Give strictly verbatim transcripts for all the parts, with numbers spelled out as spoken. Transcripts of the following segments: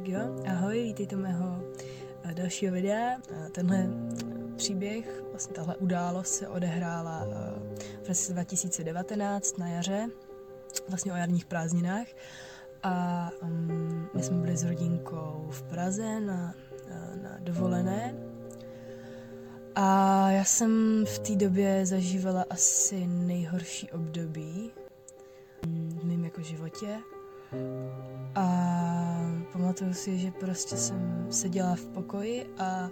Tak jo, ahoj, vítejte mého dalšího videa. Tenhle příběh, vlastně tahle událost se odehrála v roce dva tisíce devatenáct na jaře, vlastně o jarních prázdninách. A um, my jsme byli s rodinkou v Praze na, na dovolené. A já jsem v té době zažívala asi nejhorší období v mém jako životě. A pamatuju si, že prostě jsem seděla v pokoji a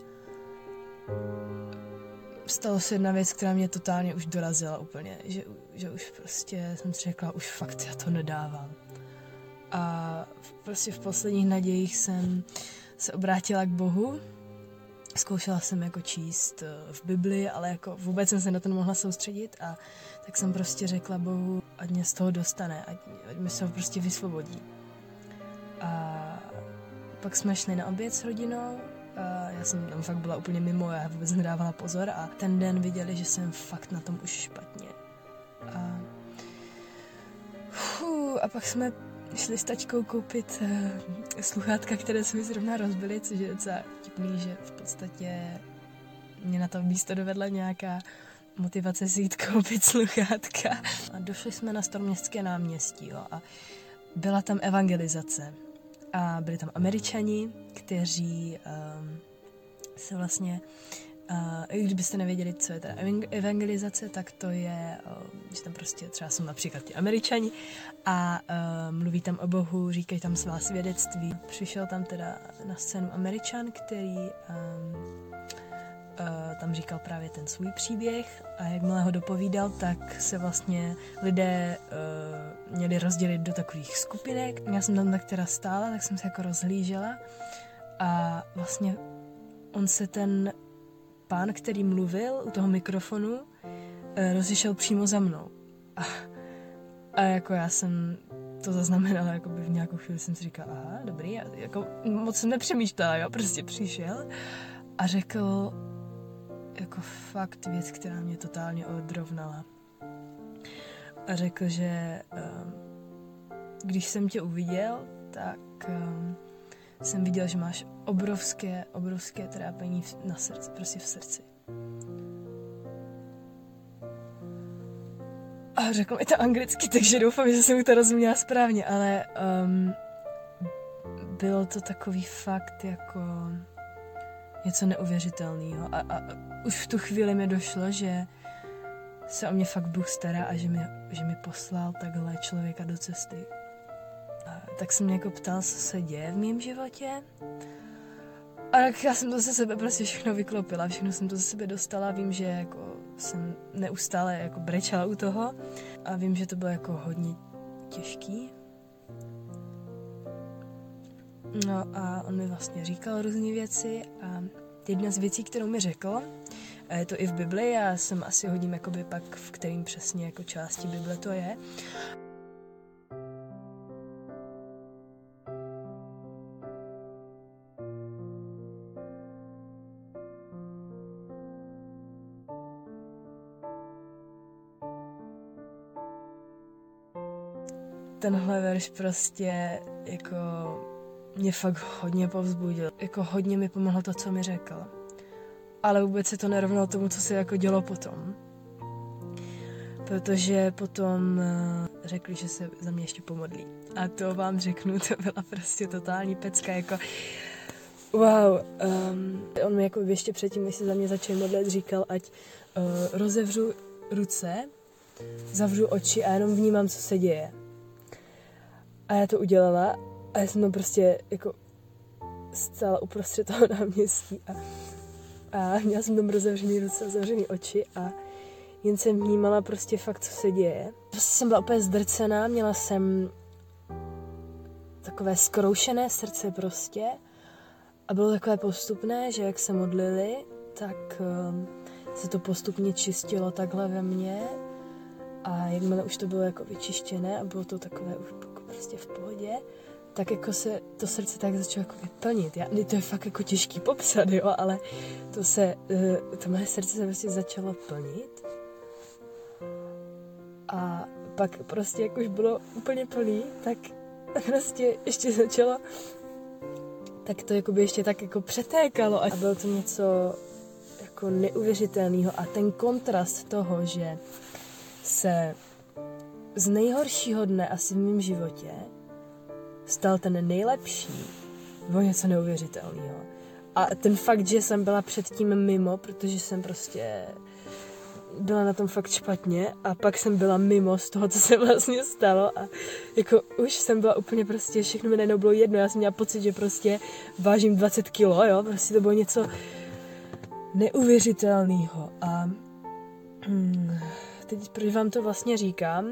stalo se jedna věc, která mě totálně už dorazila úplně, že, že už prostě jsem si řekla, už fakt já to nedávám. A prostě v posledních nadějích jsem se obrátila k Bohu. Zkoušela jsem jako číst v Bibli, ale jako vůbec jsem se na to nemohla soustředit a tak jsem prostě řekla Bohu, ať mě z toho dostane, ať, ať mě se ho prostě vysvobodí. A pak jsme šli na oběd s rodinou a já jsem tam fakt byla úplně mimo, já vůbec nedávala pozor a ten den viděli, že jsem fakt na tom už špatně. A, fů, a pak jsme šli s taťkou koupit uh, sluchátka, které se mi zrovna rozbily, což je docela vtipný, že v podstatě mě na to místo dovedla nějaká motivace si jít koupit sluchátka. A došli jsme na Staroměstské náměstí, jo, a byla tam evangelizace. A byli tam Američani, kteří um, se vlastně, uh, i kdybyste nevěděli, co je ta evangelizace, tak to je, uh, že tam prostě třeba jsou například ti Američani a uh, mluví tam o Bohu, říkají tam svá svědectví. Přišel tam teda na scénu Američan, který um, Uh, tam říkal právě ten svůj příběh a jakmile ho dopovídal, tak se vlastně lidé uh, měli rozdělit do takových skupinek. Já jsem tam tak teda stála, tak jsem se jako rozhlížela a vlastně on se ten pán, který mluvil u toho mikrofonu, uh, rozešel přímo za mnou. A, a jako já jsem to zaznamenala, jako by v nějakou chvíli jsem si říkala, aha, dobrý, já, jako moc jsem nepřemýšlela, jo, prostě přišel a řekl jako fakt věc, která mě totálně odrovnala. A řekl, že um, když jsem tě uviděl, tak um, jsem viděl, že máš obrovské, obrovské trápení na srdci, prostě v srdci. A řekl mi to anglicky, takže doufám, že jsem mu to rozuměla správně, ale um, bylo to takový fakt jako něco neuvěřitelného. A, a už v tu chvíli mi došlo, že se o mě fakt Bůh stará a že mi, že mi poslal takhle člověka do cesty. A tak jsem mě jako ptal, co se děje v mém životě. A tak já jsem to ze sebe prostě všechno vyklopila, všechno jsem to ze sebe dostala. Vím, že jako jsem neustále jako brečela u toho a vím, že to bylo jako hodně těžký. No a on mi vlastně říkal různé věci a jedna z věcí, kterou mi řekl, a je to i v Bibli, já jsem asi hodím jakoby pak, v kterým přesně jako části Bible to je. Tenhle verš prostě jako mě fakt hodně povzbudil. Jako hodně mi pomohlo to, co mi řekl. Ale vůbec se to nerovnalo tomu, co se jako dělo potom. Protože potom uh, řekli, že se za mě ještě pomodlí. A to vám řeknu, to byla prostě totální pecka. Jako wow. Um, on mi jako ještě předtím, než se za mě začal modlit, říkal, ať uh, rozevřu ruce, zavřu oči a jenom vnímám, co se děje. A já to udělala a já jsem tam prostě jako stála uprostřed toho náměstí a, a měla jsem tam rozevřený ruce a zavřený oči a jen jsem vnímala prostě fakt, co se děje. Prostě jsem byla úplně zdrcená, měla jsem takové zkroušené srdce prostě a bylo takové postupné, že jak se modlili, tak um, se to postupně čistilo takhle ve mně a jakmile už to bylo jako vyčištěné a bylo to takové už prostě v pohodě, tak jako se to srdce tak začalo jako vyplnit. Já, to je fakt jako těžký popsat, jo, ale to se, to moje srdce se prostě začalo plnit. A pak prostě jak už bylo úplně plný, tak prostě ještě začalo tak to jakoby ještě tak jako přetékalo a bylo to něco jako neuvěřitelného a ten kontrast toho, že se z nejhoršího dne asi v mém životě stal ten nejlepší, bylo něco neuvěřitelného. A ten fakt, že jsem byla předtím mimo, protože jsem prostě byla na tom fakt špatně a pak jsem byla mimo z toho, co se vlastně stalo a jako už jsem byla úplně prostě, všechno mi najednou bylo jedno, já jsem měla pocit, že prostě vážím dvacet kilo, jo, prostě to bylo něco neuvěřitelného a hmm, teď, proč vám to vlastně říkám,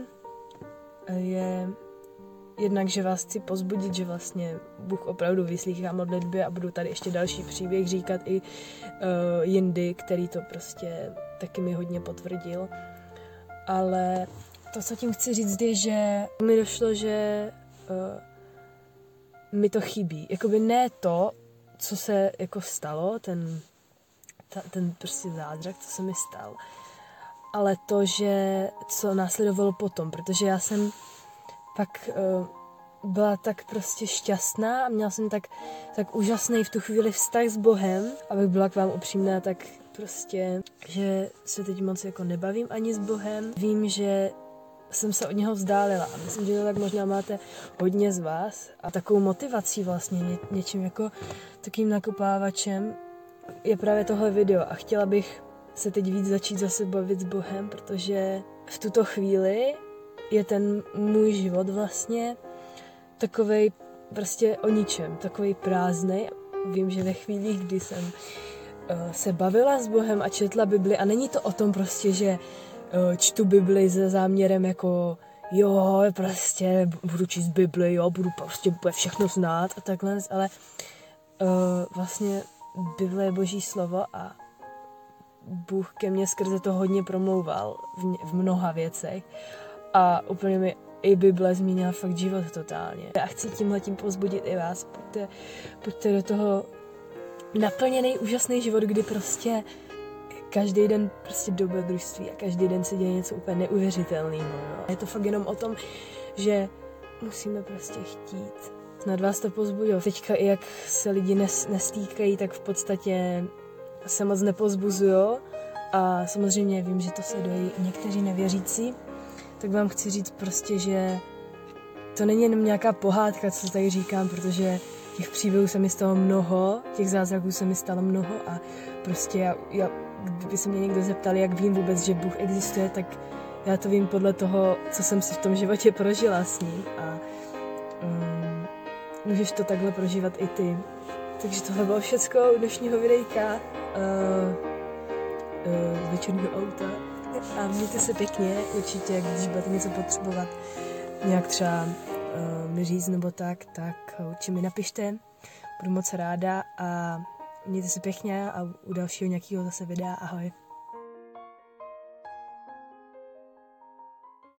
je jednak, že vás chci pozbudit, že vlastně Bůh opravdu vyslýchá modlitby a budu tady ještě další příběh říkat i uh, jindy, který to prostě taky mi hodně potvrdil. Ale to, co tím chci říct, je, že mi došlo, že uh, mi to chybí. Jakoby ne to, co se jako stalo, ten, ta, ten prostě zázrak, co se mi stal, ale to, že co následovalo potom, protože já jsem pak uh, byla tak prostě šťastná a měla jsem tak, tak úžasný v tu chvíli vztah s Bohem, abych byla k vám upřímná, tak prostě, že se teď moc jako nebavím ani s Bohem. Vím, že jsem se od něho vzdálila a myslím, že to tak možná máte hodně z vás a takovou motivací vlastně ně, něčím jako takým nakopávačem je právě tohle video a chtěla bych se teď víc začít zase bavit s Bohem, protože v tuto chvíli je ten můj život vlastně takovej prostě o ničem, takovej prázdnej. Vím, že ve chvílích, kdy jsem uh, se bavila s Bohem a četla Bibli a není to o tom prostě, že uh, čtu Bibli se záměrem jako jo, prostě budu číst Bibli, jo, budu prostě všechno znát a takhle, ale uh, vlastně Bible je Boží slovo a Bůh ke mně skrze to hodně promlouval v, v mnoha věcech a úplně mi i Bible změnila fakt život totálně. Já chci tímhletím pozbudit i vás. Pojďte, pojďte do toho naplněný úžasný život, kdy prostě každý den prostě dobrodružství a každý den se děje něco úplně neuvěřitelného. Je to fakt jenom o tom, že musíme prostě chtít. Snad vás to pozbudilo. Teďka i jak se lidi nes, nestýkají, tak v podstatě se moc nepozbuzují a samozřejmě vím, že to sledují někteří nevěřící, tak vám chci říct prostě, že to není jenom nějaká pohádka, co tady říkám, protože těch příběhů se mi stalo mnoho, těch zázraků se mi stalo mnoho a prostě já, já, kdyby se mě někdo zeptal, jak vím vůbec, že Bůh existuje, tak já to vím podle toho, co jsem si v tom životě prožila s ním a um, můžeš to takhle prožívat i ty. Takže tohle bylo všecko u dnešního videjka uh, uh, z večerního auta. A mějte se pěkně, určitě, když budete něco potřebovat, nějak třeba uh, mi říct nebo tak, tak určitě mi napište, budu moc ráda a mějte se pěkně a u dalšího nějakého zase videa, ahoj.